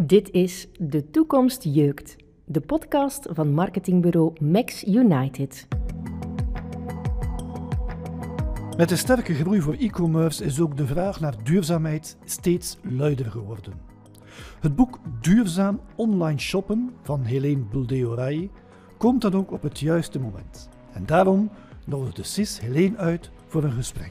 Dit is De Toekomst Jeukt, de podcast van marketingbureau Max United. Met de sterke groei voor e-commerce is ook de vraag naar duurzaamheid steeds luider geworden. Het boek Duurzaam online shoppen van Helene Bulde-Oraille komt dan ook op het juiste moment. En daarom nodigde Sis Helene uit voor een gesprek.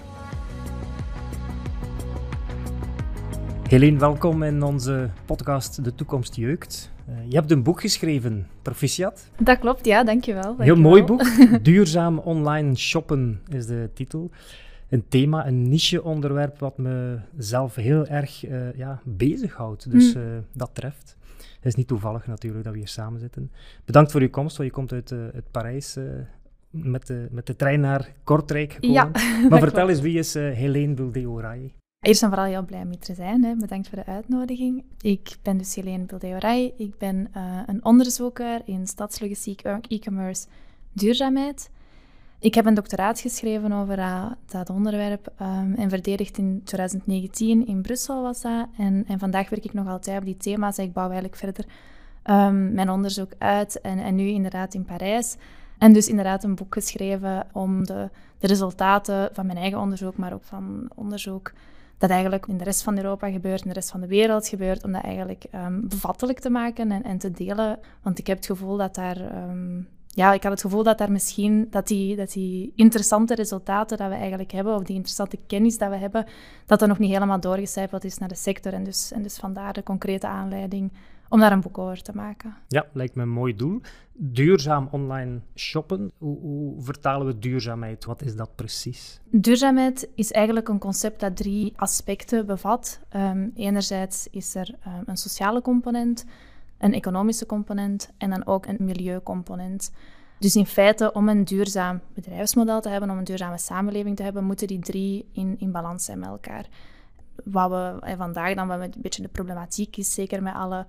Helene, welkom in onze podcast De Toekomst Jeukt. Je hebt een boek geschreven, proficiat. Dat klopt, ja, dankjewel. Heel mooi boek. Duurzaam online shoppen is de titel. Een thema, een niche-onderwerp wat me zelf heel erg bezighoudt. Dus dat treft. Het is niet toevallig natuurlijk dat we hier samen zitten. Bedankt voor je komst, want je komt uit Parijs met de trein naar Kortrijk gekomen. Ja, maar vertel eens, wie is Helene Bulde-Oraille? Eerst en vooral heel blij mee te zijn. Hè. Bedankt voor de uitnodiging. Ik ben dus Helene Bulde-Oraille. Ik ben een onderzoeker in stadslogistiek, e-commerce, duurzaamheid. Ik heb een doctoraat geschreven over dat onderwerp en verdedigd in 2019 in Brussel was dat. En vandaag werk ik nog altijd op die thema's. Ik bouw eigenlijk verder mijn onderzoek uit en nu inderdaad in Parijs. En dus inderdaad een boek geschreven om de resultaten van mijn eigen onderzoek, maar ook van onderzoek dat eigenlijk in de rest van Europa gebeurt, in de rest van de wereld gebeurt, om dat eigenlijk bevattelijk te maken en te delen. Want ik heb het gevoel dat daar misschien die interessante resultaten dat we eigenlijk hebben, of die interessante kennis dat we hebben, dat nog niet helemaal doorgecijpeld is naar de sector. En dus vandaar de concrete aanleiding om daar een boek over te maken. Ja, lijkt me een mooi doel. Duurzaam online shoppen. Hoe vertalen we duurzaamheid? Wat is dat precies? Duurzaamheid is eigenlijk een concept dat 3 aspecten bevat. Enerzijds is er een sociale component, een economische component en dan ook een milieucomponent. Dus in feite, om een duurzaam bedrijfsmodel te hebben, om een duurzame samenleving te hebben, moeten die 3 in balans zijn met elkaar. Wat we vandaag dan een beetje de problematiek is, zeker met alle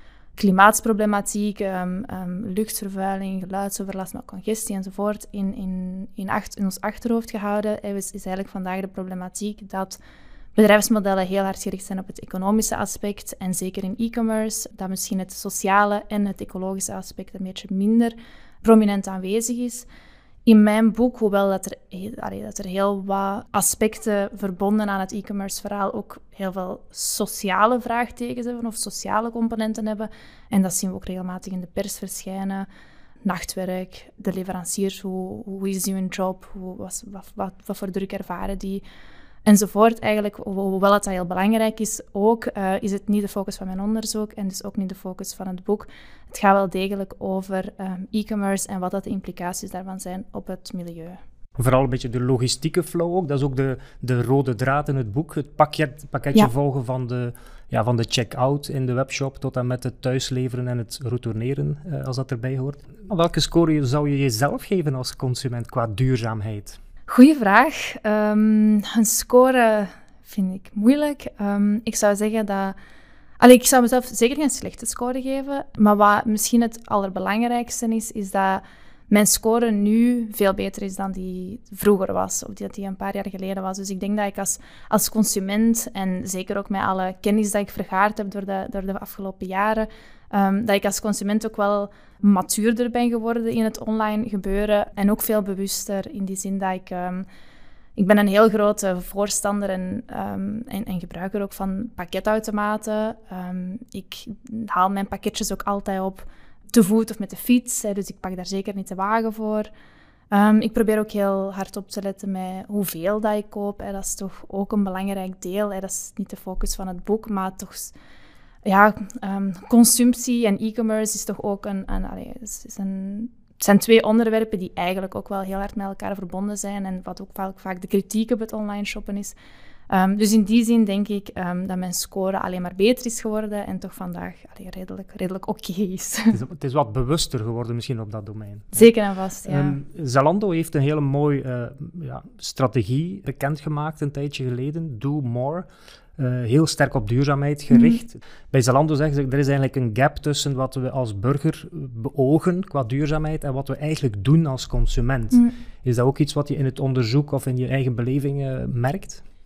klimaatsproblematiek, luchtvervuiling, geluidsoverlast, maar congestie enzovoort, in ons achterhoofd gehouden, is eigenlijk vandaag de problematiek dat bedrijfsmodellen heel hard gericht zijn op het economische aspect en zeker in e-commerce, dat misschien het sociale en het ecologische aspect een beetje minder prominent aanwezig is. In mijn boek, hoewel dat er heel wat aspecten verbonden aan het e-commerce verhaal ook heel veel sociale vraagtekens hebben of sociale componenten hebben. En dat zien we ook regelmatig in de pers verschijnen. Nachtwerk, de leveranciers, hoe is die hun job, wat voor druk ervaren die, enzovoort. Eigenlijk, hoewel dat heel belangrijk is, ook is het niet de focus van mijn onderzoek en dus ook niet de focus van het boek. Het gaat wel degelijk over e-commerce en wat dat de implicaties daarvan zijn op het milieu. Vooral een beetje de logistieke flow ook. Dat is ook de rode draad in het boek. Het pakketje volgen van de check-out in de webshop tot en met het thuisleveren en het retourneren, als dat erbij hoort. Welke score zou je jezelf geven als consument qua duurzaamheid? Goeie vraag. Een score vind ik moeilijk. Ik zou zeggen dat... ik zou mezelf zeker geen slechte score geven, maar wat misschien het allerbelangrijkste is dat mijn score nu veel beter is dan die vroeger was, of dat die een paar jaar geleden was. Dus ik denk dat ik als consument, en zeker ook met alle kennis dat ik vergaard heb door de afgelopen jaren, dat ik als consument ook wel matuurder ben geworden in het online gebeuren en ook veel bewuster in die zin dat ik ben een heel grote voorstander en gebruiker ook van pakketautomaten. Ik haal mijn pakketjes ook altijd op te voet of met de fiets, dus ik pak daar zeker niet de wagen voor. Ik probeer ook heel hard op te letten met hoeveel dat ik koop. Dat is toch ook een belangrijk deel. Dat is niet de focus van het boek, maar toch... consumptie en e-commerce is toch ook het zijn 2 onderwerpen die eigenlijk ook wel heel hard met elkaar verbonden zijn en wat ook vaak de kritiek op het online shoppen is. Dus in die zin denk ik dat mijn score alleen maar beter is geworden en toch vandaag redelijk oké is. Het is wat bewuster geworden misschien op dat domein. Zeker en vast, ja. Zalando heeft een hele mooie strategie bekendgemaakt een tijdje geleden, Do More. Heel sterk op duurzaamheid gericht. Bij Zalando zeggen ze, er is eigenlijk een gap tussen wat we als burger beogen qua duurzaamheid en wat we eigenlijk doen als consument. Is dat ook iets wat je in het onderzoek of in je eigen beleving merkt?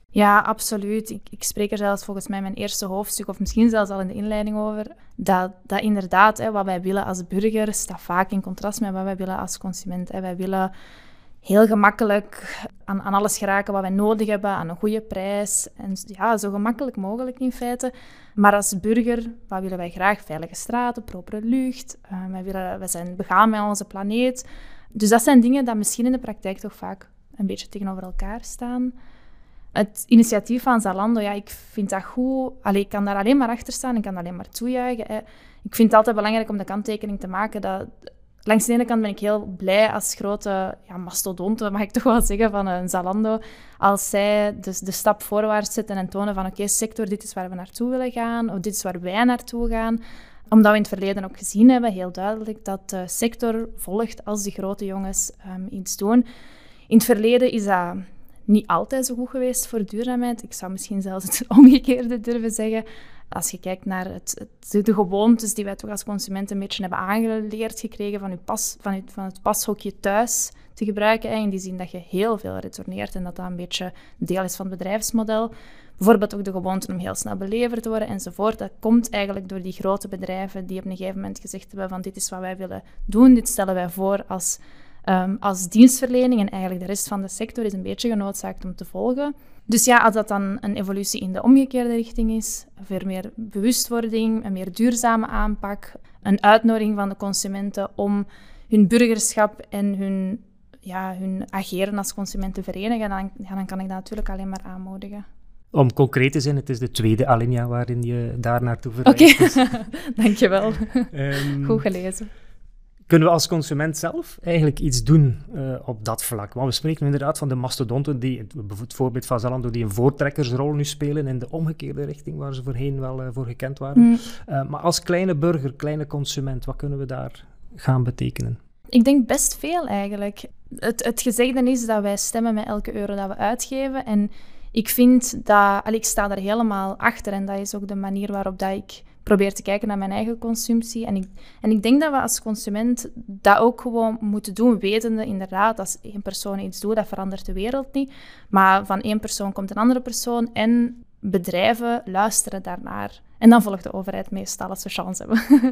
Ja, absoluut. Ik spreek er zelfs volgens mij in mijn eerste hoofdstuk, of misschien zelfs al in de inleiding over, dat inderdaad, wat wij willen als burger staat vaak in contrast met wat wij willen als consument. Wij willen heel gemakkelijk aan alles geraken wat wij nodig hebben, aan een goede prijs. En ja, zo gemakkelijk mogelijk in feite. Maar als burger, wat willen wij graag? Veilige straten, propere lucht. Wij zijn begaan met onze planeet. Dus dat zijn dingen die misschien in de praktijk toch vaak een beetje tegenover elkaar staan. Het initiatief van Zalando, ja, ik vind dat goed. Ik kan daar alleen maar achter staan, ik kan alleen maar toejuichen. Ik vind het altijd belangrijk om de kanttekening te maken dat... Langs de ene kant ben ik heel blij als grote mastodonten, mag ik toch wel zeggen, van een Zalando. Als zij dus de stap voorwaarts zetten en tonen van oké, sector, dit is waar we naartoe willen gaan. Of dit is waar wij naartoe gaan. Omdat we in het verleden ook gezien hebben, heel duidelijk, dat de sector volgt als de grote jongens iets doen. In het verleden is dat niet altijd zo goed geweest voor duurzaamheid. Ik zou misschien zelfs het omgekeerde durven zeggen. Als je kijkt naar de gewoontes die wij toch als consumenten een beetje hebben aangeleerd gekregen van het pashokje thuis te gebruiken. In die zin dat je heel veel retourneert en dat een beetje deel is van het bedrijfsmodel. Bijvoorbeeld ook de gewoonte om heel snel beleverd te worden enzovoort. Dat komt eigenlijk door die grote bedrijven die op een gegeven moment gezegd hebben van dit is wat wij willen doen, dit stellen wij voor als dienstverlening en eigenlijk de rest van de sector is een beetje genoodzaakt om te volgen. Dus ja, als dat dan een evolutie in de omgekeerde richting is, veel meer bewustwording, een meer duurzame aanpak, een uitnodiging van de consumenten om hun burgerschap en hun ageren als consument te verenigen, dan kan ik dat natuurlijk alleen maar aanmoedigen. Om concreet te zijn, het is de tweede alinea waarin je daar naartoe verwijst. Oké, dankjewel. Goed gelezen. Kunnen we als consument zelf eigenlijk iets doen op dat vlak? Want we spreken inderdaad van de mastodonten, het voorbeeld van Zalando, die een voortrekkersrol nu spelen in de omgekeerde richting, waar ze voorheen wel voor gekend waren. Maar als kleine burger, kleine consument, wat kunnen we daar gaan betekenen? Ik denk best veel eigenlijk. Het gezegde is dat wij stemmen met elke euro dat we uitgeven. En ik vind dat... ik sta daar helemaal achter en dat is ook de manier waarop dat ik probeer te kijken naar mijn eigen consumptie. En ik denk dat we als consument dat ook gewoon moeten doen, wetende inderdaad, als één persoon iets doet, dat verandert de wereld niet. Maar van één persoon komt een andere persoon en bedrijven luisteren daarnaar. En dan volgt de overheid meestal als we chance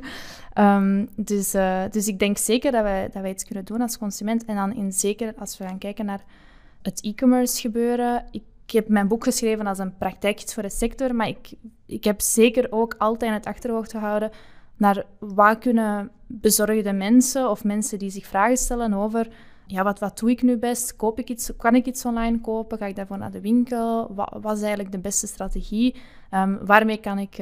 hebben. Dus ik denk zeker dat wij iets kunnen doen als consument. En dan zeker als we gaan kijken naar het e-commerce gebeuren. Ik heb mijn boek geschreven als een praktijkgids voor de sector, maar ik heb zeker ook altijd in het achterhoofd gehouden naar wat kunnen bezorgde mensen of mensen die zich vragen stellen over wat doe ik nu best? Koop ik iets? Kan ik iets online kopen? Ga ik daarvoor naar de winkel? Wat is eigenlijk de beste strategie? Waarmee kan ik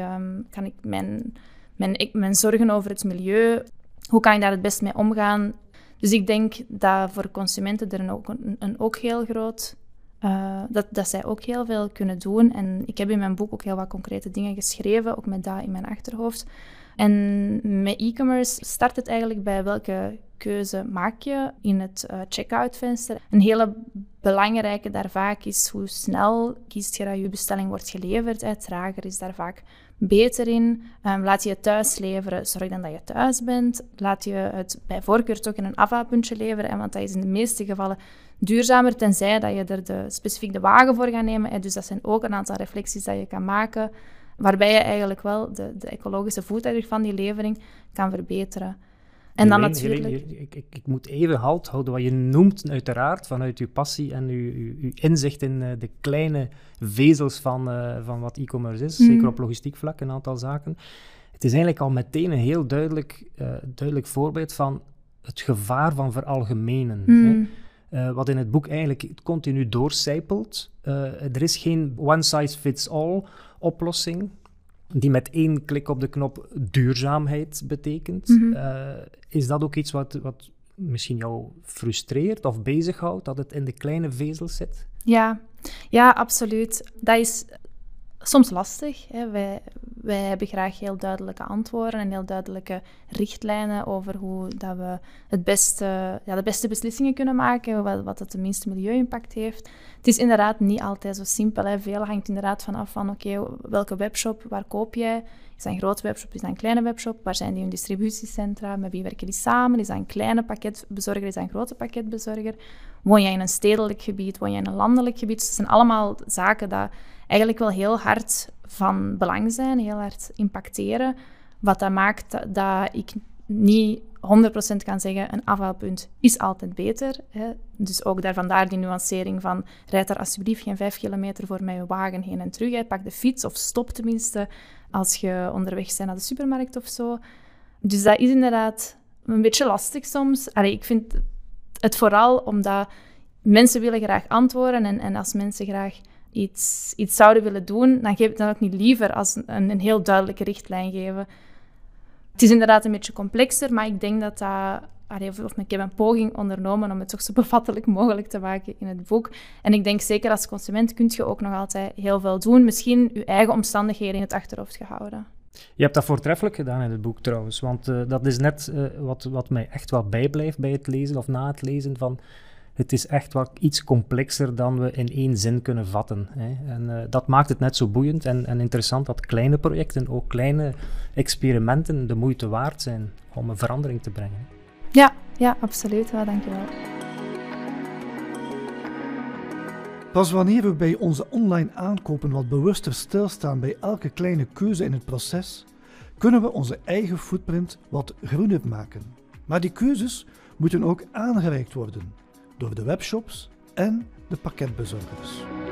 mijn zorgen over het milieu, hoe kan ik daar het best mee omgaan? Dus ik denk dat voor consumenten er ook heel groot... dat zij ook heel veel kunnen doen. En ik heb in mijn boek ook heel wat concrete dingen geschreven, ook met dat in mijn achterhoofd. En met e-commerce start het eigenlijk bij welke keuze maak je in het checkout-venster. Een hele belangrijke daar vaak is hoe snel kiest je dat je bestelling wordt geleverd. Trager is daar vaak beter in. Laat je het thuis leveren, zorg dan dat je thuis bent. Laat je het bij voorkeur toch in een afhaalpuntje leveren, want dat is in de meeste gevallen duurzamer, tenzij dat je er specifiek de wagen voor gaat nemen. Dus dat zijn ook een aantal reflecties dat je kan maken, waarbij je eigenlijk wel de ecologische voetafdruk van die levering kan verbeteren. En dan natuurlijk... Ik moet even halt houden wat je noemt, uiteraard, vanuit uw passie en uw inzicht in de kleine vezels van wat e-commerce is, zeker op logistiek vlak, een aantal zaken. Het is eigenlijk al meteen een heel duidelijk voorbeeld van het gevaar van veralgemenen. Wat in het boek eigenlijk continu doorcijpelt. Er is geen one-size-fits-all oplossing die met één klik op de knop duurzaamheid betekent. Is dat ook iets wat misschien jou frustreert of bezighoudt, dat het in de kleine vezels zit? Ja, absoluut. Dat is soms lastig. Wij hebben graag heel duidelijke antwoorden en heel duidelijke richtlijnen over hoe dat we de beste beslissingen kunnen maken, wat het de minste milieu-impact heeft. Het is inderdaad niet altijd zo simpel. Veel hangt inderdaad vanaf van welke webshop, waar koop jij Is dat een grote webshop? Is dat een kleine webshop? Waar zijn die hun distributiecentra? Met wie werken die samen? Is dat een kleine pakketbezorger? Is dat een grote pakketbezorger? Woon jij in een stedelijk gebied? Woon jij in een landelijk gebied? Dus dat zijn allemaal zaken die eigenlijk wel heel hard van belang zijn, heel hard impacteren. Wat dat maakt dat ik niet 100% kan zeggen, een afhaalpunt is altijd beter. Hè. Dus ook vandaar die nuancering van, rijd daar alsjeblieft geen 5 kilometer voor met je wagen heen en terug. Hè. Pak de fiets of stop tenminste als je onderweg bent naar de supermarkt of zo. Dus dat is inderdaad een beetje lastig soms. Ik vind het vooral omdat mensen willen graag antwoorden en als mensen graag iets zouden willen doen, dan geef ik dan ook niet liever als een heel duidelijke richtlijn geven. Het is inderdaad een beetje complexer, maar ik denk dat ik heb een poging ondernomen om het toch zo bevattelijk mogelijk te maken in het boek. En ik denk zeker als consument kun je ook nog altijd heel veel doen. Misschien je eigen omstandigheden in het achterhoofd gehouden. Je hebt dat voortreffelijk gedaan in het boek trouwens, want dat is net wat mij echt wel bijblijft bij het lezen of na het lezen van... Het is echt wel iets complexer dan we in 1 zin kunnen vatten. Hè. En dat maakt het net zo boeiend en interessant dat kleine projecten, ook kleine experimenten, de moeite waard zijn om een verandering te brengen. Ja, absoluut. Ja, dankjewel. Pas wanneer we bij onze online aankopen wat bewuster stilstaan bij elke kleine keuze in het proces, kunnen we onze eigen footprint wat groener maken. Maar die keuzes moeten ook aangereikt worden door de webshops en de pakketbezorgers.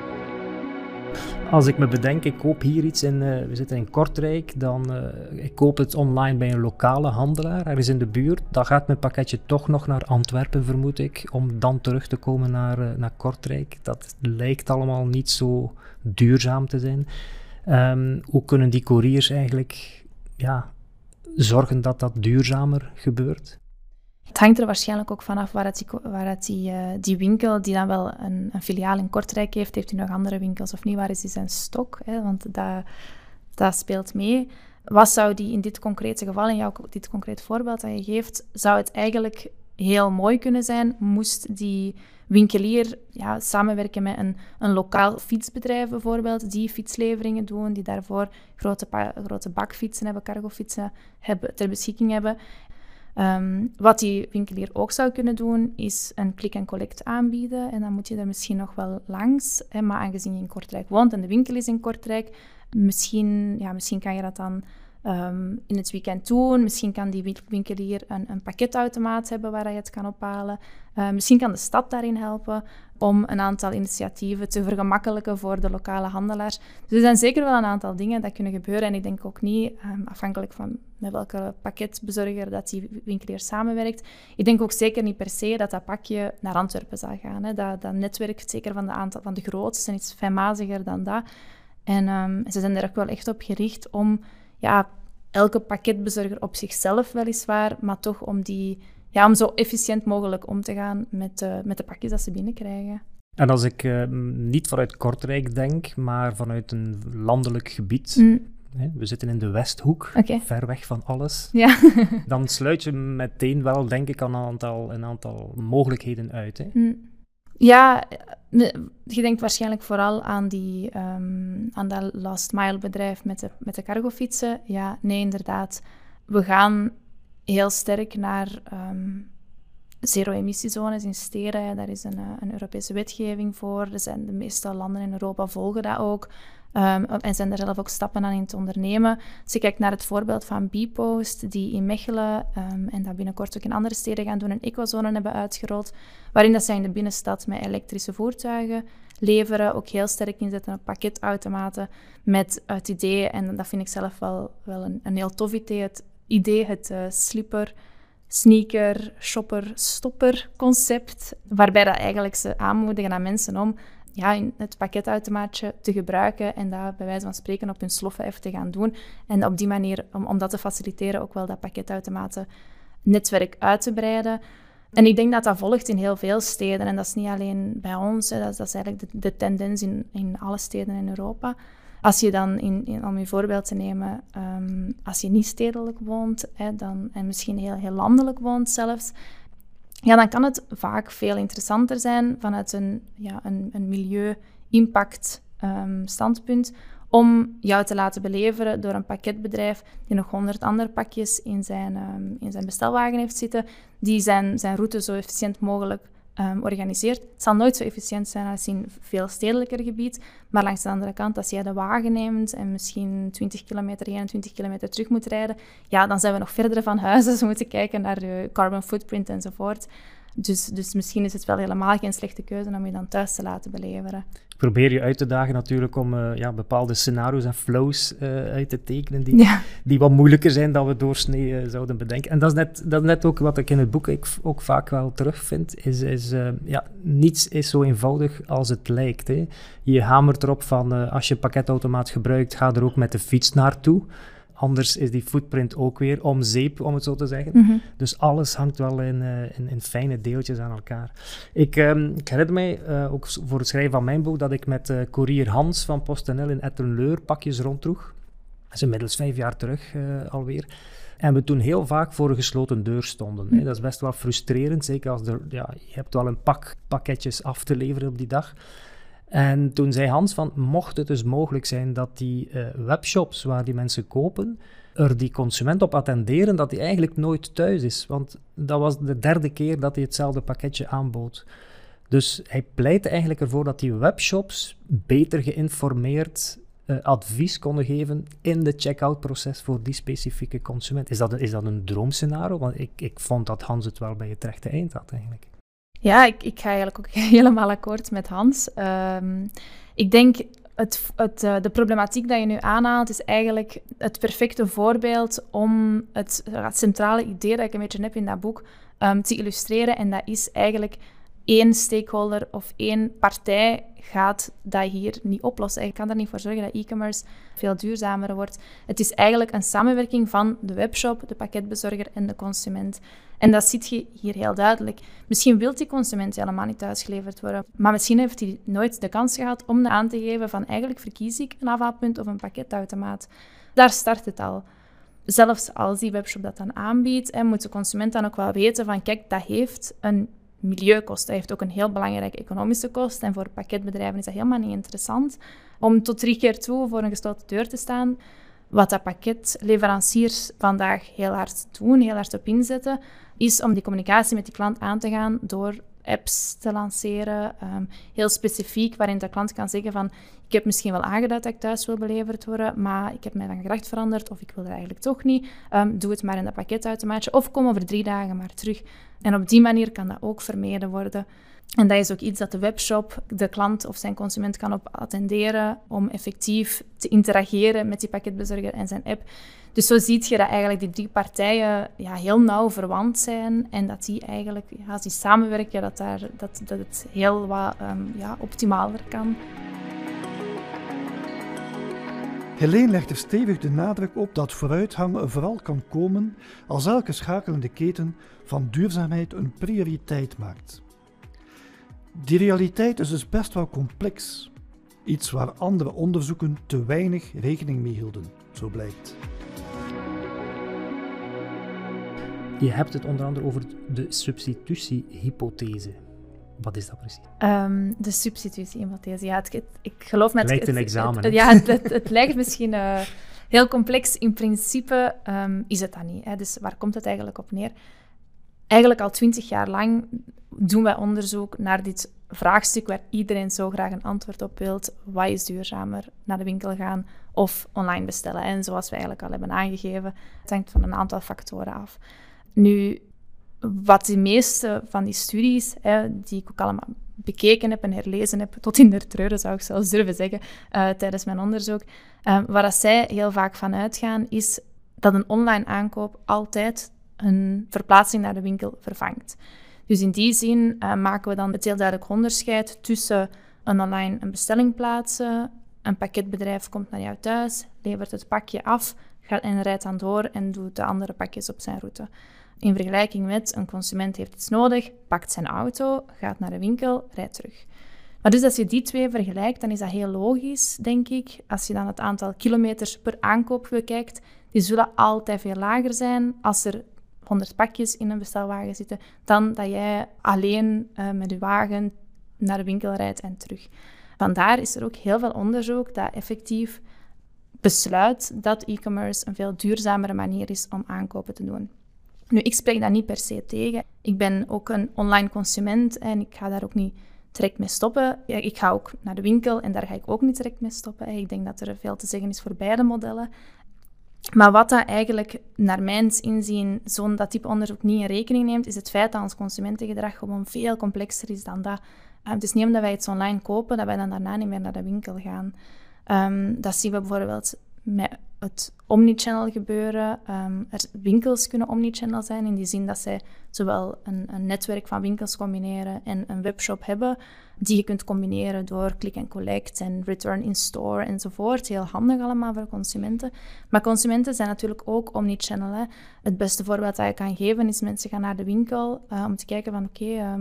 Als ik me bedenk, ik koop hier iets we zitten in Kortrijk, ik koop het online bij een lokale handelaar, ergens in de buurt, dan gaat mijn pakketje toch nog naar Antwerpen, vermoed ik, om dan terug te komen naar Kortrijk. Dat lijkt allemaal niet zo duurzaam te zijn. Hoe kunnen die couriers eigenlijk zorgen dat dat duurzamer gebeurt? Het hangt er waarschijnlijk ook vanaf waaruit die winkel, die dan wel een filiaal in Kortrijk heeft hij nog andere winkels of niet, waar is die zijn stok? Hè? Want dat speelt mee. Wat zou die in dit concrete geval, in dit concreet voorbeeld dat je geeft, zou het eigenlijk heel mooi kunnen zijn, moest die winkelier samenwerken met een lokaal fietsbedrijf bijvoorbeeld, die fietsleveringen doen, die daarvoor grote bakfietsen hebben, cargofietsen ter beschikking hebben. Wat die winkelier ook zou kunnen doen, is een click-and-collect aanbieden. En dan moet je er misschien nog wel langs. Hè, maar aangezien je in Kortrijk woont en de winkel is in Kortrijk, misschien kan je dat dan in het weekend doen. Misschien kan die winkelier een pakketautomaat hebben waar je het kan ophalen. Misschien kan de stad daarin helpen om een aantal initiatieven te vergemakkelijken voor de lokale handelaars. Dus er zijn zeker wel een aantal dingen dat kunnen gebeuren. En ik denk ook niet, afhankelijk van met welke pakketbezorger dat die winkelier samenwerkt, ik denk ook zeker niet per se dat pakje naar Antwerpen zal gaan. Hè. Dat netwerk, zeker van de grootste, is fijnmaziger dan dat. En ze zijn er ook wel echt op gericht om elke pakketbezorger op zichzelf weliswaar, maar toch om zo efficiënt mogelijk om te gaan met de pakjes dat ze binnenkrijgen. En als ik niet vanuit Kortrijk denk, maar vanuit een landelijk gebied, we zitten in de Westhoek, ver weg van alles, dan sluit je meteen wel, denk ik, aan een aantal mogelijkheden uit. Hè? Ja, je denkt waarschijnlijk vooral aan dat last mile bedrijf met de cargofietsen. Ja, nee, inderdaad. We gaan heel sterk naar zero-emissiezones in steden. Daar is een Europese wetgeving voor. De meeste landen in Europa volgen dat ook. En zijn er zelf ook stappen aan in te ondernemen. Als je kijkt naar het voorbeeld van Bpost, die in Mechelen en dat binnenkort ook in andere steden gaan doen, een ecozone hebben uitgerold, waarin dat zij in de binnenstad met elektrische voertuigen leveren, ook heel sterk inzetten op pakketautomaten met het idee, en dat vind ik zelf wel een heel tof idee, het slipper, sneaker, shopper, stopper concept, waarbij dat eigenlijk ze aanmoedigen aan mensen om het pakketautomaatje te gebruiken en dat bij wijze van spreken op hun sloffen even te gaan doen. En op die manier, om dat te faciliteren, ook wel dat pakketautomaten-netwerk uit te breiden. En ik denk dat dat volgt in heel veel steden. En dat is niet alleen bij ons, hè, dat is eigenlijk de tendens in alle steden in Europa. Als je dan, om je voorbeeld te nemen, als je niet stedelijk woont en misschien heel landelijk woont zelfs, dan kan het vaak veel interessanter zijn vanuit een milieu-impact standpunt om jou te laten beleveren door een pakketbedrijf die nog 100 andere pakjes in zijn bestelwagen heeft zitten, die zijn route zo efficiënt mogelijk organiseert. Het zal nooit zo efficiënt zijn als in veel stedelijker gebied, maar langs de andere kant, als jij de wagen neemt en misschien 20 kilometer heen en 20 kilometer terug moet rijden, ja, dan zijn we nog verder van huis, dus we moeten kijken naar de carbon footprint enzovoort. Dus misschien is het wel helemaal geen slechte keuze om je dan thuis te laten beleveren. Ik probeer je uit te dagen natuurlijk om bepaalde scenario's en flows uit te tekenen die wat moeilijker zijn dan we doorsnee zouden bedenken. En dat is net ook wat ik in het boek ook vaak wel terugvind, niets is zo eenvoudig als het lijkt. Hè. Je hamert erop van als je een pakketautomaat gebruikt, ga er ook met de fiets naartoe. Anders is die footprint ook weer om zeep, om het zo te zeggen. Mm-hmm. Dus alles hangt wel in fijne deeltjes aan elkaar. Ik herinner mij, ook voor het schrijven van mijn boek, dat ik met koerier Hans van PostNL in Etten-Leur pakjes ronddroeg. Dat is inmiddels 5 jaar terug alweer. En we toen heel vaak voor een gesloten deur stonden. Hè. Dat is best wel frustrerend, zeker als je hebt wel een pak pakketjes af te leveren op die dag. En toen zei Hans van, mocht het dus mogelijk zijn dat die webshops waar die mensen kopen, er die consument op attenderen dat hij eigenlijk nooit thuis is. Want dat was de 3e keer dat hij hetzelfde pakketje aanbood. Dus hij pleitte eigenlijk ervoor dat die webshops beter geïnformeerd advies konden geven in de checkout-proces voor die specifieke consument. Is dat een droomscenario? Want ik vond dat Hans het wel bij het rechte eind had eigenlijk. Ja, ik ga eigenlijk ook helemaal akkoord met Hans. Ik denk, de problematiek dat je nu aanhaalt, is eigenlijk het perfecte voorbeeld om het centrale idee dat ik een beetje heb in dat boek te illustreren. En dat is eigenlijk 1 stakeholder of 1 partij gaat dat hier niet oplossen. Ik kan er niet voor zorgen dat e-commerce veel duurzamer wordt. Het is eigenlijk een samenwerking van de webshop, de pakketbezorger en de consument. En dat ziet je hier heel duidelijk. Misschien wil die consument helemaal niet thuisgeleverd worden, maar misschien heeft hij nooit de kans gehad om aan te geven van eigenlijk verkies ik een afhaalpunt of een pakketautomaat. Daar start het al. Zelfs als die webshop dat dan aanbiedt, moet de consument dan ook wel weten van kijk, dat heeft een milieukost. Dat heeft ook een heel belangrijke economische kost. En voor pakketbedrijven is dat helemaal niet interessant om tot 3 keer toe voor een gesloten deur te staan. Wat dat pakketleveranciers vandaag heel hard doen, heel hard op inzetten, is om die communicatie met die klant aan te gaan door apps te lanceren, heel specifiek, waarin de klant kan zeggen van ik heb misschien wel aangeduid dat ik thuis wil beleverd worden, maar ik heb mij van gedacht veranderd of ik wil dat eigenlijk toch niet. Doe het maar in dat pakketautomaatje of kom over 3 dagen maar terug. En op die manier kan dat ook vermeden worden. En dat is ook iets dat de webshop de klant of zijn consument kan op attenderen om effectief te interageren met die pakketbezorger en zijn app. Dus zo zie je dat eigenlijk die 3 partijen heel nauw verwant zijn en dat die eigenlijk, als die samenwerken, dat het heel wat optimaler kan. Helene legt er stevig de nadruk op dat vooruitgang vooral kan komen als elke schakelende keten van duurzaamheid een prioriteit maakt. Die realiteit is dus best wel complex. Iets waar andere onderzoeken te weinig rekening mee hielden, zo blijkt. Je hebt het onder andere over de substitutiehypothese. Wat is dat precies? De substitutiehypothese. Ja, ik geloof met... Het lijkt een examen. Het lijkt misschien heel complex. In principe is het dat niet. Hè. Dus waar komt het eigenlijk op neer? Eigenlijk al 20 jaar lang doen wij onderzoek naar dit vraagstuk waar iedereen zo graag een antwoord op wil. Wat is duurzamer? Naar de winkel gaan of online bestellen? En zoals we eigenlijk al hebben aangegeven, het hangt van een aantal factoren af. Nu, wat de meeste van die studies, die ik ook allemaal bekeken heb en herlezen heb, tot in der treuren zou ik zelfs durven zeggen, tijdens mijn onderzoek, waar dat zij heel vaak van uitgaan, is dat een online aankoop altijd een verplaatsing naar de winkel vervangt. Dus in die zin maken we dan het heel duidelijk onderscheid tussen een bestelling plaatsen, een pakketbedrijf komt naar jou thuis, levert het pakje af en rijdt dan door en doet de andere pakjes op zijn route. In vergelijking met een consument heeft iets nodig, pakt zijn auto, gaat naar de winkel, rijdt terug. Maar dus als je die 2 vergelijkt, dan is dat heel logisch, denk ik. Als je dan het aantal kilometers per aankoop bekijkt, die zullen altijd veel lager zijn als er 100 pakjes in een bestelwagen zitten, dan dat jij alleen met je wagen naar de winkel rijdt en terug. Vandaar is er ook heel veel onderzoek dat effectief besluit dat e-commerce een veel duurzamere manier is om aankopen te doen. Nu, ik spreek dat niet per se tegen. Ik ben ook een online consument en ik ga daar ook niet direct mee stoppen. Ja, ik ga ook naar de winkel en daar ga ik ook niet direct mee stoppen. Ik denk dat er veel te zeggen is voor beide modellen. Maar wat dat eigenlijk naar mijn inzien dat type onderzoek niet in rekening neemt, is het feit dat ons consumentengedrag gewoon veel complexer is dan dat. Het is niet omdat wij iets online kopen, dat wij dan daarna niet meer naar de winkel gaan. Dat zien we bijvoorbeeld met het omnichannel gebeuren. Winkels kunnen omnichannel zijn in die zin dat zij zowel een netwerk van winkels combineren en een webshop hebben die je kunt combineren door click and collect en return in store enzovoort. Heel handig allemaal voor consumenten. Maar consumenten zijn natuurlijk ook omnichannel. Hè. Het beste voorbeeld dat je kan geven is mensen gaan naar de winkel om te kijken van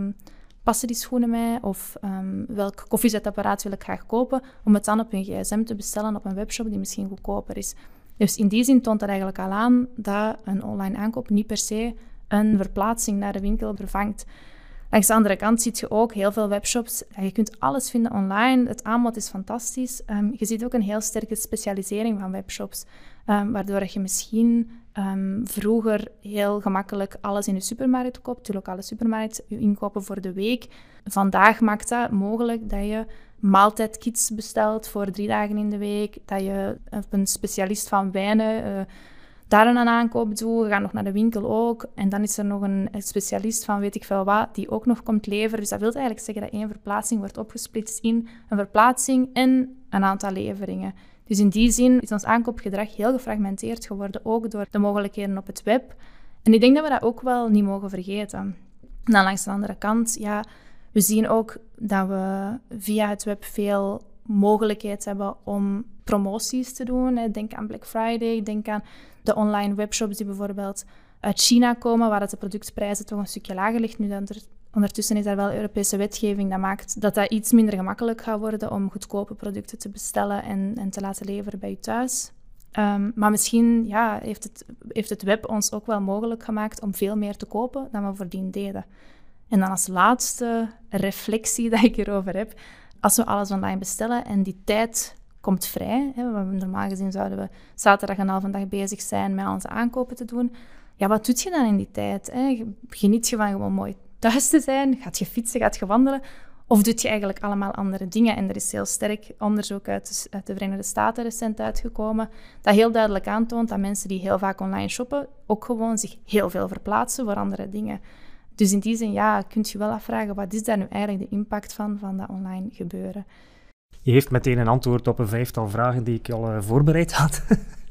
passen die schoenen mij? Of welk koffiezetapparaat wil ik graag kopen? Om het dan op hun gsm te bestellen op een webshop die misschien goedkoper is. Dus in die zin toont dat eigenlijk al aan dat een online aankoop niet per se een verplaatsing naar de winkel vervangt. Langs de andere kant zie je ook heel veel webshops. Je kunt alles vinden online. Het aanbod is fantastisch. Je ziet ook een heel sterke specialisering van webshops. Waardoor je misschien vroeger heel gemakkelijk alles in de supermarkt koopt. Natuurlijk alle supermarkt, je inkopen voor de week. Vandaag maakt dat mogelijk dat je maaltijdkits bestelt voor 3 dagen in de week. Dat je op een specialist van wijnen daar een aankoop doet. Je gaat nog naar de winkel ook. En dan is er nog een specialist van weet ik veel wat, die ook nog komt leveren. Dus dat wil eigenlijk zeggen dat 1 verplaatsing wordt opgesplitst in een verplaatsing en een aantal leveringen. Dus in die zin is ons aankoopgedrag heel gefragmenteerd geworden, ook door de mogelijkheden op het web. En ik denk dat we dat ook wel niet mogen vergeten. Dan langs de andere kant, we zien ook dat we via het web veel mogelijkheid hebben om promoties te doen. Denk aan Black Friday, denk aan de online webshops die bijvoorbeeld uit China komen, waar de productprijzen toch een stukje lager ligt. Nu ondertussen is er wel Europese wetgeving dat maakt dat iets minder gemakkelijk gaat worden om goedkope producten te bestellen en te laten leveren bij je thuis. Maar misschien heeft het web ons ook wel mogelijk gemaakt om veel meer te kopen dan we voordien deden. En dan als laatste reflectie dat ik hierover heb, als we alles online bestellen en die tijd komt vrij, normaal gezien zouden we zaterdag een halve dag bezig zijn met onze aankopen te doen. Ja, wat doe je dan in die tijd? Geniet je van gewoon mooi thuis te zijn? Gaat je fietsen? Gaat je wandelen? Of doe je eigenlijk allemaal andere dingen? En er is heel sterk onderzoek uit de Verenigde Staten recent uitgekomen dat heel duidelijk aantoont dat mensen die heel vaak online shoppen ook gewoon zich heel veel verplaatsen voor andere dingen. Dus in die zin, kun je wel afvragen, wat is daar nu eigenlijk de impact van dat online gebeuren? Je heeft meteen een antwoord op een 5-tal vragen die ik al voorbereid had.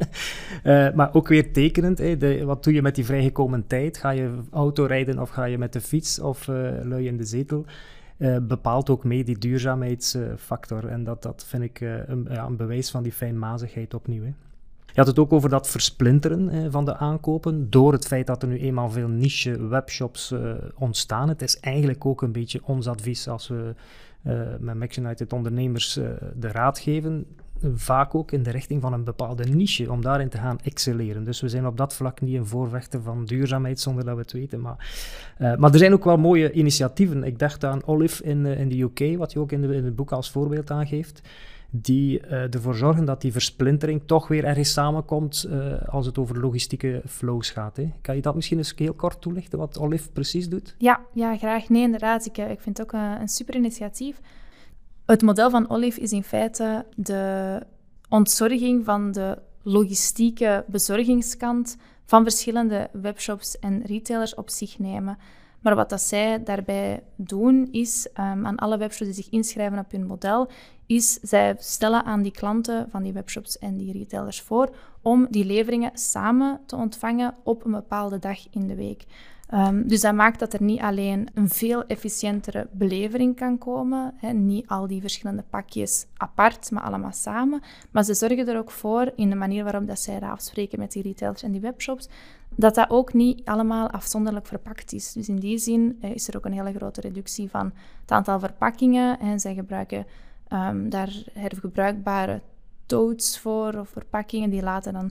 Maar ook weer tekenend, wat doe je met die vrijgekomen tijd? Ga je autorijden of ga je met de fiets of lui in de zetel? Bepaalt ook mee die duurzaamheidsfactor. En dat vind ik een bewijs van die fijnmazigheid opnieuw. Je had het ook over dat versplinteren van de aankopen, door het feit dat er nu eenmaal veel niche webshops ontstaan. Het is eigenlijk ook een beetje ons advies als we met Max United ondernemers de raad geven, vaak ook in de richting van een bepaalde niche, om daarin te gaan excelleren. Dus we zijn op dat vlak niet een voorvechter van duurzaamheid, zonder dat we het weten. Maar er zijn ook wel mooie initiatieven. Ik dacht aan Olive in de UK, wat je ook in het boek als voorbeeld aangeeft, die ervoor zorgen dat die versplintering toch weer ergens samenkomt als het over logistieke flows gaat. Hè. Kan je dat misschien eens heel kort toelichten, wat Olive precies doet? Ja, graag. Nee, inderdaad. Ik vind het ook een super initiatief. Het model van Olive is in feite de ontzorging van de logistieke bezorgingskant van verschillende webshops en retailers op zich nemen. Maar wat dat zij daarbij doen is, aan alle webshops die zich inschrijven op hun model, is zij stellen aan die klanten van die webshops en die retailers voor om die leveringen samen te ontvangen op een bepaalde dag in de week. Dus dat maakt dat er niet alleen een veel efficiëntere belevering kan komen, niet al die verschillende pakjes apart, maar allemaal samen. Maar ze zorgen er ook voor, in de manier waarop dat zij afspreken met die retailers en die webshops, dat ook niet allemaal afzonderlijk verpakt is. Dus in die zin is er ook een hele grote reductie van het aantal verpakkingen. En zij gebruiken daar hergebruikbare totes voor, of verpakkingen, die laten dan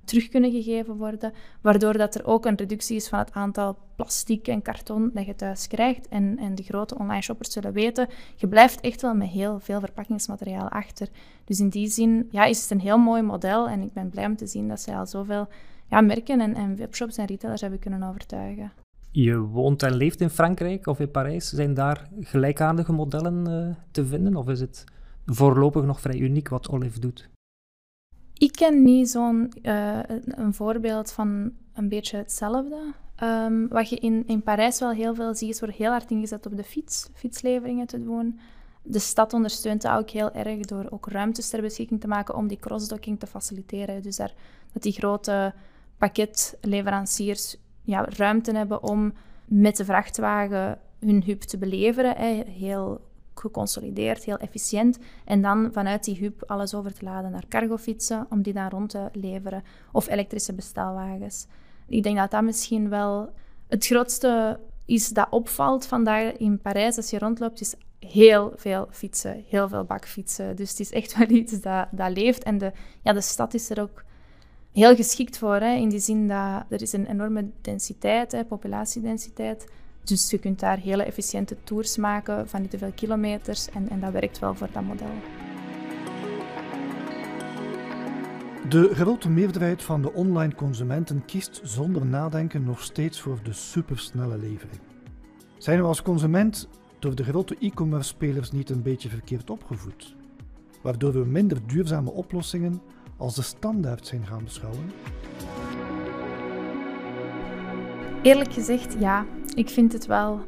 terug kunnen gegeven worden, waardoor dat er ook een reductie is van het aantal plastic en karton dat je thuis krijgt. En de grote online shoppers zullen weten, je blijft echt wel met heel veel verpakkingsmateriaal achter. Dus in die zin is het een heel mooi model en ik ben blij om te zien dat zij al zoveel merken en webshops en retailers hebben kunnen overtuigen. Je woont en leeft in Frankrijk of in Parijs. Zijn daar gelijkaardige modellen te vinden? Of is het voorlopig nog vrij uniek wat Olive doet? Ik ken niet zo'n een voorbeeld van een beetje hetzelfde. Wat je in Parijs wel heel veel ziet, is wordt heel hard ingezet op de fietsleveringen te doen. De stad ondersteunt dat ook heel erg door ook ruimtes ter beschikking te maken om die crossdocking te faciliteren. Dus dat die grote pakketleveranciers ruimte hebben om met de vrachtwagen hun hub te beleveren. Heel geconsolideerd, heel efficiënt. En dan vanuit die hub alles over te laden naar cargofietsen om die dan rond te leveren. Of elektrische bestelwagens. Ik denk dat dat misschien wel het grootste is dat opvalt vandaag in Parijs. Als je rondloopt, is heel veel fietsen, heel veel bakfietsen. Dus het is echt wel iets dat leeft. En de stad is er ook heel geschikt voor, in die zin dat er is een enorme densiteit, populatiedensiteit. Dus je kunt daar hele efficiënte tours maken van niet te veel kilometers en dat werkt wel voor dat model. De grote meerderheid van de online consumenten kiest zonder nadenken nog steeds voor de supersnelle levering. Zijn we als consument door de grote e-commerce spelers niet een beetje verkeerd opgevoed? Waardoor we minder duurzame oplossingen als de standaard zijn gaan beschouwen? Eerlijk gezegd, ja. Ik vind het wel.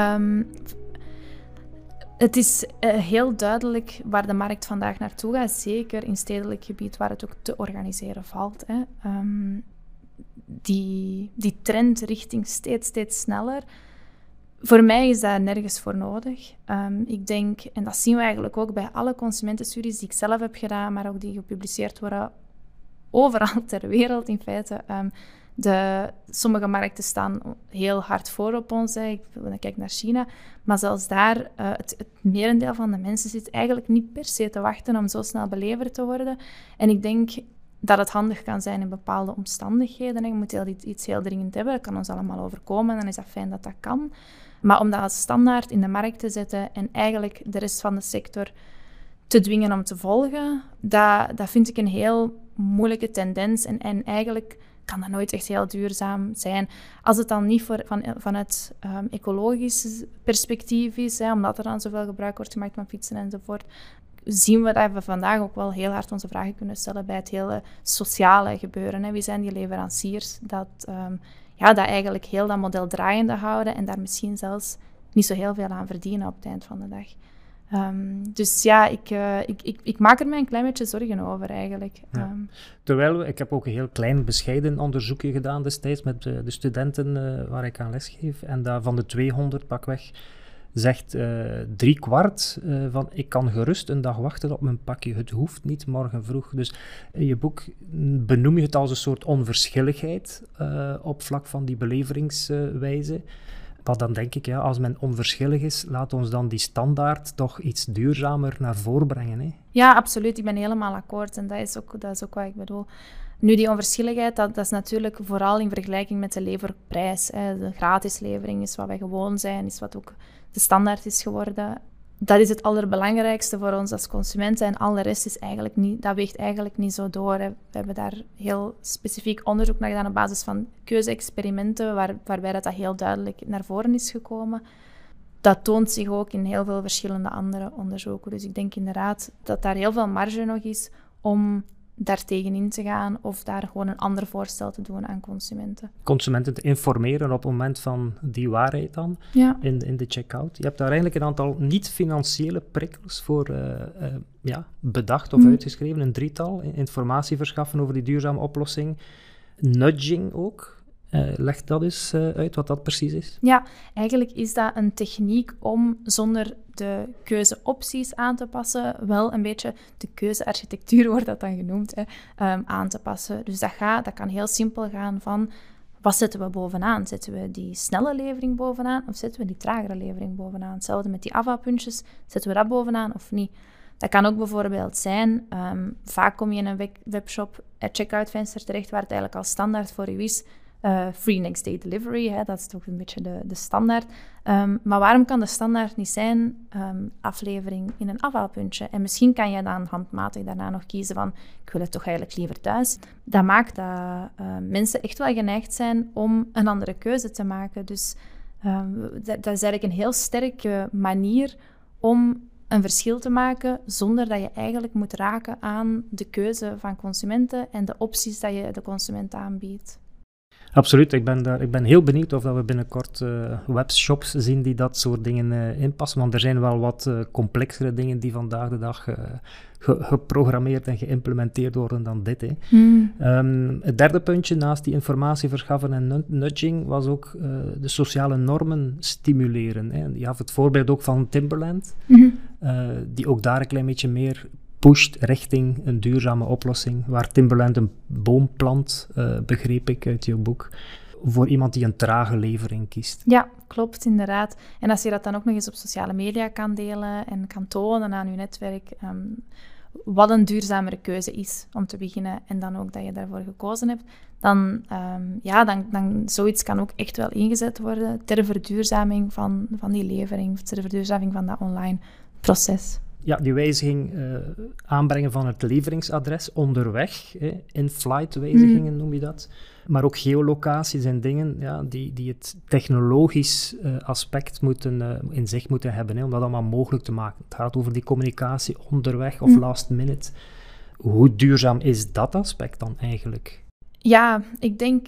Het is heel duidelijk waar de markt vandaag naartoe gaat. Zeker in stedelijk gebied waar het ook te organiseren valt. Die trend richting steeds sneller. Voor mij is dat nergens voor nodig. Ik denk, en dat zien we eigenlijk ook bij alle consumentenstudies die ik zelf heb gedaan, maar ook die gepubliceerd worden overal ter wereld in feite. Sommige markten staan heel hard voor op ons. Ik kijk naar China. Maar zelfs daar, het merendeel van de mensen zit eigenlijk niet per se te wachten om zo snel beleverd te worden. En ik denk dat het handig kan zijn in bepaalde omstandigheden. Je moet iets heel dringend hebben. Dat kan ons allemaal overkomen. Dan is dat fijn dat dat kan. Maar om dat als standaard in de markt te zetten en eigenlijk de rest van de sector te dwingen om te volgen, dat vind ik een heel moeilijke tendens. En eigenlijk kan dat nooit echt heel duurzaam zijn. Als het dan niet vanuit ecologisch perspectief is, omdat er dan zoveel gebruik wordt gemaakt van fietsen enzovoort, zien we dat we vandaag ook wel heel hard onze vragen kunnen stellen bij het hele sociale gebeuren. Wie zijn die leveranciers dat eigenlijk heel dat model draaiende houden en daar misschien zelfs niet zo heel veel aan verdienen op het eind van de dag. Dus ja, ik maak er mij een klein beetje zorgen over eigenlijk. Ja. Terwijl, ik heb ook een heel klein bescheiden onderzoekje gedaan destijds met de studenten waar ik aan lesgeef. En daar van de 200 pakweg zegt 3/4 van ik kan gerust een dag wachten op mijn pakje. Het hoeft niet morgen vroeg. Dus in je boek benoem je het als een soort onverschilligheid op vlak van die beleveringswijze. Maar dan denk ik, als men onverschillig is, laat ons dan die standaard toch iets duurzamer naar voren brengen. Hè? Ja, absoluut. Ik ben helemaal akkoord. En dat is ook wat ik bedoel. Nu, die onverschilligheid, dat is natuurlijk vooral in vergelijking met de leverprijs. De gratis levering is wat wij gewoon zijn, is wat ook de standaard is geworden. Dat is het allerbelangrijkste voor ons als consumenten. En al de rest is eigenlijk niet, dat weegt eigenlijk niet zo door. Hè. We hebben daar heel specifiek onderzoek naar gedaan op basis van keuze-experimenten, waarbij dat heel duidelijk naar voren is gekomen. Dat toont zich ook in heel veel verschillende andere onderzoeken. Dus ik denk inderdaad dat daar heel veel marge nog is om daar tegenin te gaan of daar gewoon een ander voorstel te doen aan consumenten. Consumenten te informeren op het moment van die waarheid dan, in de checkout. Je hebt daar eigenlijk een aantal niet-financiële prikkels voor bedacht of uitgeschreven, een 3-tal. Informatie verschaffen over die duurzame oplossing. Nudging ook. Leg dat eens uit, wat dat precies is. Ja, eigenlijk is dat een techniek om zonder de keuzeopties aan te passen, wel een beetje de keuzearchitectuur wordt dat dan genoemd, aan te passen. Dus dat kan heel simpel gaan van, wat zetten we bovenaan? Zetten we die snelle levering bovenaan of zetten we die tragere levering bovenaan? Hetzelfde met die AVA-puntjes, zetten we dat bovenaan of niet? Dat kan ook bijvoorbeeld zijn, vaak kom je in een webshop, het checkout-venster terecht, waar het eigenlijk al standaard voor je is. Free next day delivery, hè, dat is toch een beetje de standaard. Maar waarom kan de standaard niet zijn aflevering in een afhaalpuntje? En misschien kan je dan handmatig daarna nog kiezen van ik wil het toch eigenlijk liever thuis. Dat maakt dat mensen echt wel geneigd zijn om een andere keuze te maken. Dus dat is eigenlijk een heel sterke manier om een verschil te maken zonder dat je eigenlijk moet raken aan de keuze van consumenten en de opties dat je de consument aanbiedt. Absoluut, ik ben heel benieuwd of dat we binnenkort webshops zien die dat soort dingen inpassen, want er zijn wel wat complexere dingen die vandaag de dag geprogrammeerd en geïmplementeerd worden dan dit. Het derde puntje naast die informatie verschaffen en nudging was ook de sociale normen stimuleren. Hè. Je had het voorbeeld ook van Timberland, die ook daar een klein beetje meer pusht richting een duurzame oplossing, waar Timberland een boom plant, begreep ik uit je boek, voor iemand die een trage levering kiest. Ja, klopt, inderdaad. En als je dat dan ook nog eens op sociale media kan delen en kan tonen aan je netwerk, wat een duurzamere keuze is om te beginnen, en dan ook dat je daarvoor gekozen hebt, dan zoiets kan ook echt wel ingezet worden ter verduurzaming van die levering, ter verduurzaming van dat online proces. Ja, die wijziging aanbrengen van het leveringsadres onderweg, in-flight wijzigingen noem je dat. Maar ook geolocatie zijn dingen die het technologisch aspect in zich moeten hebben, om dat allemaal mogelijk te maken. Het gaat over die communicatie onderweg of last minute. Hoe duurzaam is dat aspect dan eigenlijk? Ja, ik denk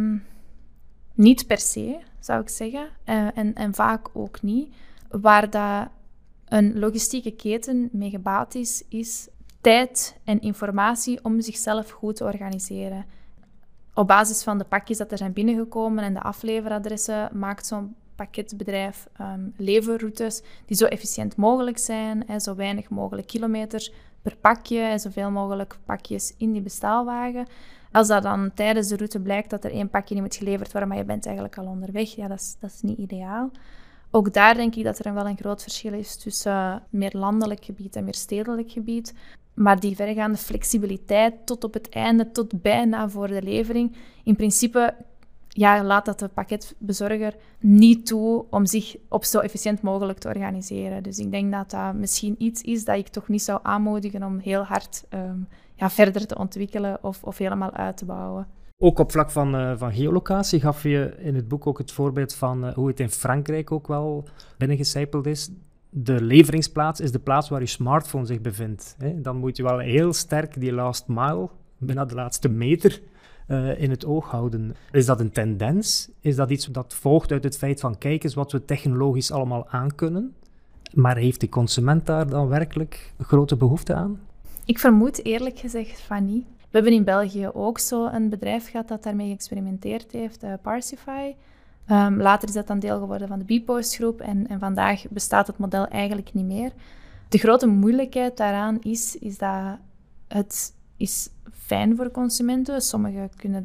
niet per se, zou ik zeggen. En vaak ook niet. Waar dat een logistieke keten mee gebaat is tijd en informatie om zichzelf goed te organiseren. Op basis van de pakjes dat er zijn binnengekomen en de afleveradressen maakt zo'n pakketbedrijf leverroutes die zo efficiënt mogelijk zijn, zo weinig mogelijk kilometers per pakje en zoveel mogelijk pakjes in die bestaalwagen. Als dat dan tijdens de route blijkt dat er 1 pakje niet moet geleverd worden, maar je bent eigenlijk al onderweg, dat is niet ideaal. Ook daar denk ik dat er wel een groot verschil is tussen meer landelijk gebied en meer stedelijk gebied. Maar die verregaande flexibiliteit tot op het einde, tot bijna voor de levering, in principe laat dat de pakketbezorger niet toe om zich op zo efficiënt mogelijk te organiseren. Dus ik denk dat dat misschien iets is dat ik toch niet zou aanmoedigen om heel hard verder te ontwikkelen of helemaal uit te bouwen. Ook op vlak van geolocatie gaf je in het boek ook het voorbeeld van hoe het in Frankrijk ook wel binnengecijpeld is. De leveringsplaats is de plaats waar je smartphone zich bevindt. Dan moet je wel heel sterk die last mile, bijna de laatste meter, in het oog houden. Is dat een tendens? Is dat iets dat volgt uit het feit van kijk eens wat we technologisch allemaal aankunnen? Maar heeft de consument daar dan werkelijk een grote behoefte aan? Ik vermoed eerlijk gezegd van niet. We hebben in België ook zo een bedrijf gehad dat daarmee geëxperimenteerd heeft, Parsify. Later is dat dan deel geworden van de Bpost groep en vandaag bestaat het model eigenlijk niet meer. De grote moeilijkheid daaraan is dat het is fijn voor consumenten. Sommigen kunnen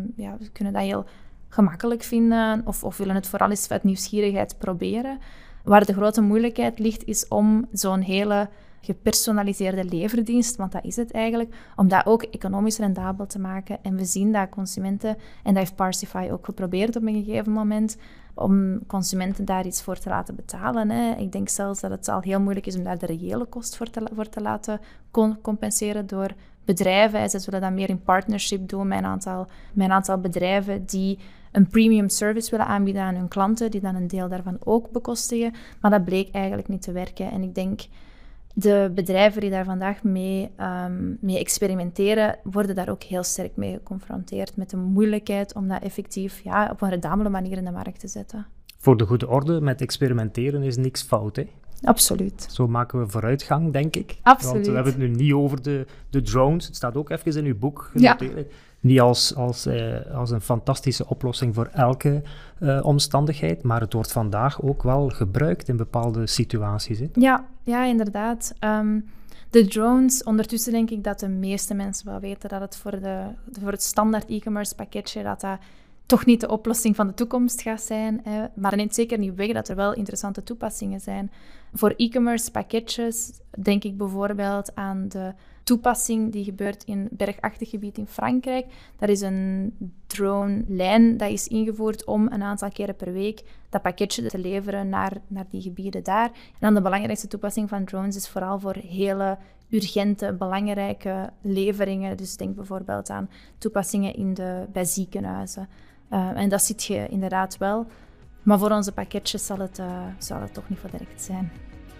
dat heel gemakkelijk vinden of willen het vooral eens uit nieuwsgierigheid proberen. Waar de grote moeilijkheid ligt is om zo'n hele gepersonaliseerde leverdienst, want dat is het eigenlijk, om dat ook economisch rendabel te maken. En we zien dat consumenten, en dat heeft Parsify ook geprobeerd op een gegeven moment, om consumenten daar iets voor te laten betalen. Ik denk zelfs dat het al heel moeilijk is om daar de reële kost voor te laten compenseren door bedrijven. Ze zullen dat meer in partnership doen met een aantal bedrijven die een premium service willen aanbieden aan hun klanten, die dan een deel daarvan ook bekostigen. Maar dat bleek eigenlijk niet te werken. En ik denk de bedrijven die daar vandaag mee experimenteren, worden daar ook heel sterk mee geconfronteerd met de moeilijkheid om dat effectief op een rendabele manier in de markt te zetten. Voor de goede orde, met experimenteren is niks fout, hè? Absoluut. Zo maken we vooruitgang, denk ik. Absoluut. Want we hebben het nu niet over de drones. Het staat ook even in uw boek genoteerd. Ja. Niet als een fantastische oplossing voor elke omstandigheid, maar het wordt vandaag ook wel gebruikt in bepaalde situaties. Hè? Ja, inderdaad. De drones, ondertussen denk ik dat de meeste mensen wel weten dat het voor het standaard e-commerce pakketje, dat toch niet de oplossing van de toekomst gaat zijn. Hè. Maar dat neemt zeker niet weg dat er wel interessante toepassingen zijn. Voor e-commerce pakketjes denk ik bijvoorbeeld aan de toepassing die gebeurt in bergachtig gebied in Frankrijk. Dat is een drone-lijn dat is ingevoerd om een aantal keren per week dat pakketje te leveren naar die gebieden daar. En dan de belangrijkste toepassing van drones is vooral voor hele urgente, belangrijke leveringen. Dus denk bijvoorbeeld aan toepassingen bij ziekenhuizen. En dat ziet je inderdaad wel. Maar voor onze pakketjes zal het toch niet voor direct zijn.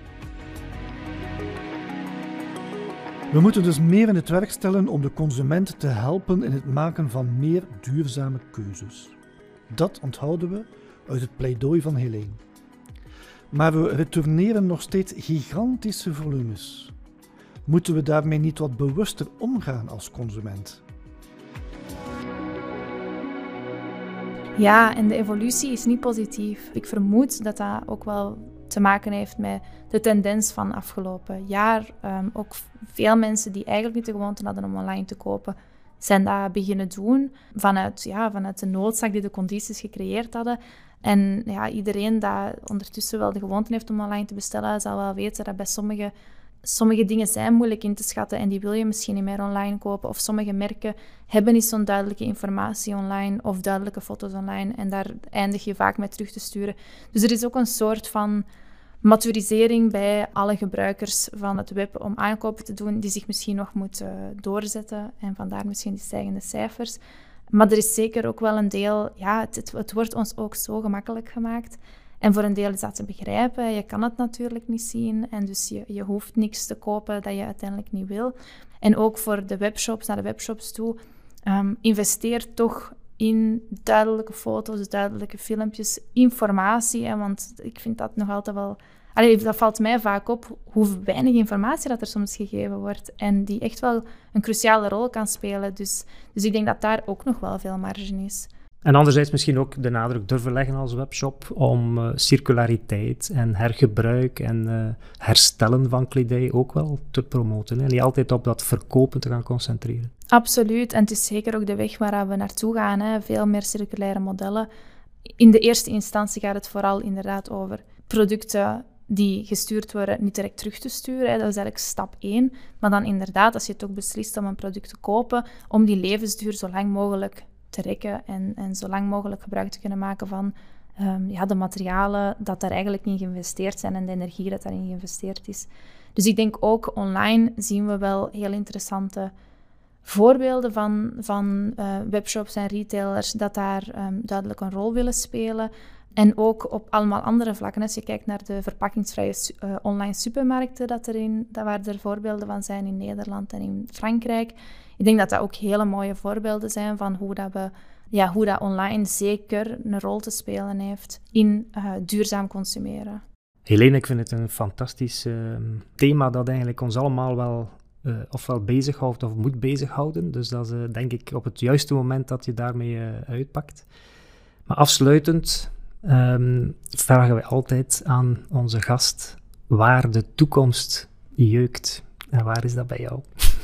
We moeten dus meer in het werk stellen om de consument te helpen in het maken van meer duurzame keuzes. Dat onthouden we uit het pleidooi van Helene. Maar we retourneren nog steeds gigantische volumes. Moeten we daarmee niet wat bewuster omgaan als consument? Ja, en de evolutie is niet positief. Ik vermoed dat dat ook wel te maken heeft met de tendens van afgelopen jaar. Ook veel mensen die eigenlijk niet de gewoonte hadden om online te kopen, zijn dat beginnen doen vanuit de noodzaak die de condities gecreëerd hadden. En ja, iedereen die ondertussen wel de gewoonte heeft om online te bestellen, zal wel weten dat bij sommige dingen zijn moeilijk in te schatten en die wil je misschien niet meer online kopen. Of sommige merken hebben niet zo'n duidelijke informatie online of duidelijke foto's online en daar eindig je vaak mee terug te sturen. Dus er is ook een soort van maturisering bij alle gebruikers van het web om aankopen te doen die zich misschien nog moet doorzetten en vandaar misschien die stijgende cijfers. Maar er is zeker ook wel een deel, het wordt ons ook zo gemakkelijk gemaakt. En voor een deel is dat te begrijpen. Je kan het natuurlijk niet zien en dus je hoeft niks te kopen dat je uiteindelijk niet wil. En ook voor de webshops, naar de webshops toe, investeer toch in duidelijke foto's, duidelijke filmpjes, informatie. Hè, want ik vind dat nog altijd wel... dat valt mij vaak op, hoe weinig informatie dat er soms gegeven wordt. En die echt wel een cruciale rol kan spelen. Dus ik denk dat daar ook nog wel veel marge is. En anderzijds misschien ook de nadruk durven leggen als webshop om circulariteit en hergebruik en herstellen van kledij ook wel te promoten. En niet altijd op dat verkopen te gaan concentreren. Absoluut. En het is zeker ook de weg waar we naartoe gaan. Hè. Veel meer circulaire modellen. In de eerste instantie gaat het vooral inderdaad over producten die gestuurd worden, niet direct terug te sturen. Hè. Dat is eigenlijk stap 1. Maar dan inderdaad, als je toch beslist om een product te kopen, om die levensduur zo lang mogelijk te rekken en zo lang mogelijk gebruik te kunnen maken van de materialen dat daar eigenlijk in geïnvesteerd zijn en de energie dat daarin geïnvesteerd is. Dus ik denk ook online zien we wel heel interessante voorbeelden van webshops en retailers dat daar duidelijk een rol willen spelen. En ook op allemaal andere vlakken. Als je kijkt naar de verpakkingsvrije online supermarkten waar er voorbeelden van zijn in Nederland en in Frankrijk. Ik denk dat dat ook hele mooie voorbeelden zijn van hoe dat online zeker een rol te spelen heeft in duurzaam consumeren. Helene, ik vind het een fantastisch thema dat eigenlijk ons allemaal wel ofwel bezighoudt of moet bezighouden. Dus dat is denk ik op het juiste moment dat je daarmee uitpakt. Maar afsluitend vragen we altijd aan onze gast waar de toekomst jeukt. En waar is dat bij jou?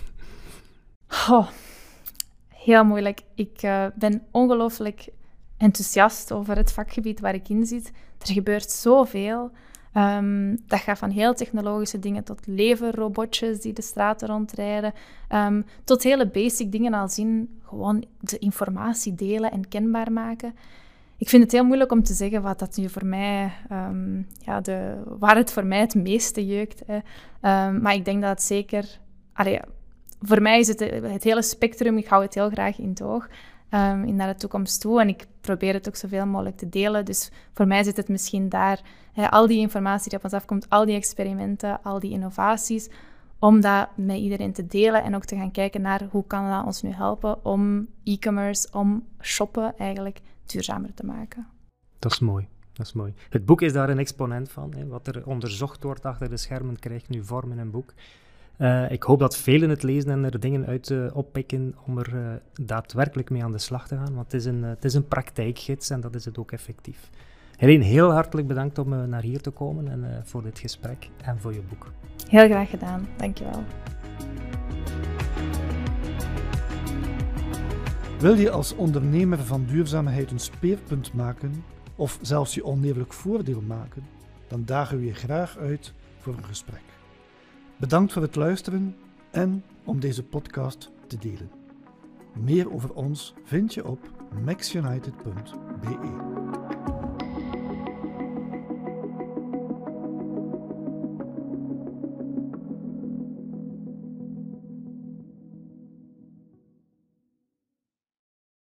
Heel moeilijk. Ik ben ongelooflijk enthousiast over het vakgebied waar ik in zit. Er gebeurt zoveel. Dat gaat van heel technologische dingen tot leverrobotjes die de straten rondrijden, tot hele basic dingen als in gewoon de informatie delen en kenbaar maken. Ik vind het heel moeilijk om te zeggen wat dat nu voor mij, waar het voor mij het meeste jeukt. Hè. Maar ik denk dat het zeker... voor mij is het hele spectrum, ik hou het heel graag in het oog, naar de toekomst toe. En ik probeer het ook zoveel mogelijk te delen. Dus voor mij zit het misschien daar, al die informatie die op ons afkomt, al die experimenten, al die innovaties, om dat met iedereen te delen en ook te gaan kijken naar hoe kan dat ons nu helpen om e-commerce, om shoppen eigenlijk duurzamer te maken. Dat is mooi. Dat is mooi. Het boek is daar een exponent van. Hè. Wat er onderzocht wordt achter de schermen krijgt nu vorm in een boek. Ik hoop dat velen het lezen en er dingen uit oppikken om er daadwerkelijk mee aan de slag te gaan. Want het is een praktijkgids en dat is het ook effectief. Helene, heel hartelijk bedankt om naar hier te komen en voor dit gesprek en voor je boek. Heel graag gedaan. Dankjewel. Wil je als ondernemer van duurzaamheid een speerpunt maken of zelfs je oneerlijk voordeel maken, dan dagen we je graag uit voor een gesprek. Bedankt voor het luisteren en om deze podcast te delen. Meer over ons vind je op maxunited.be.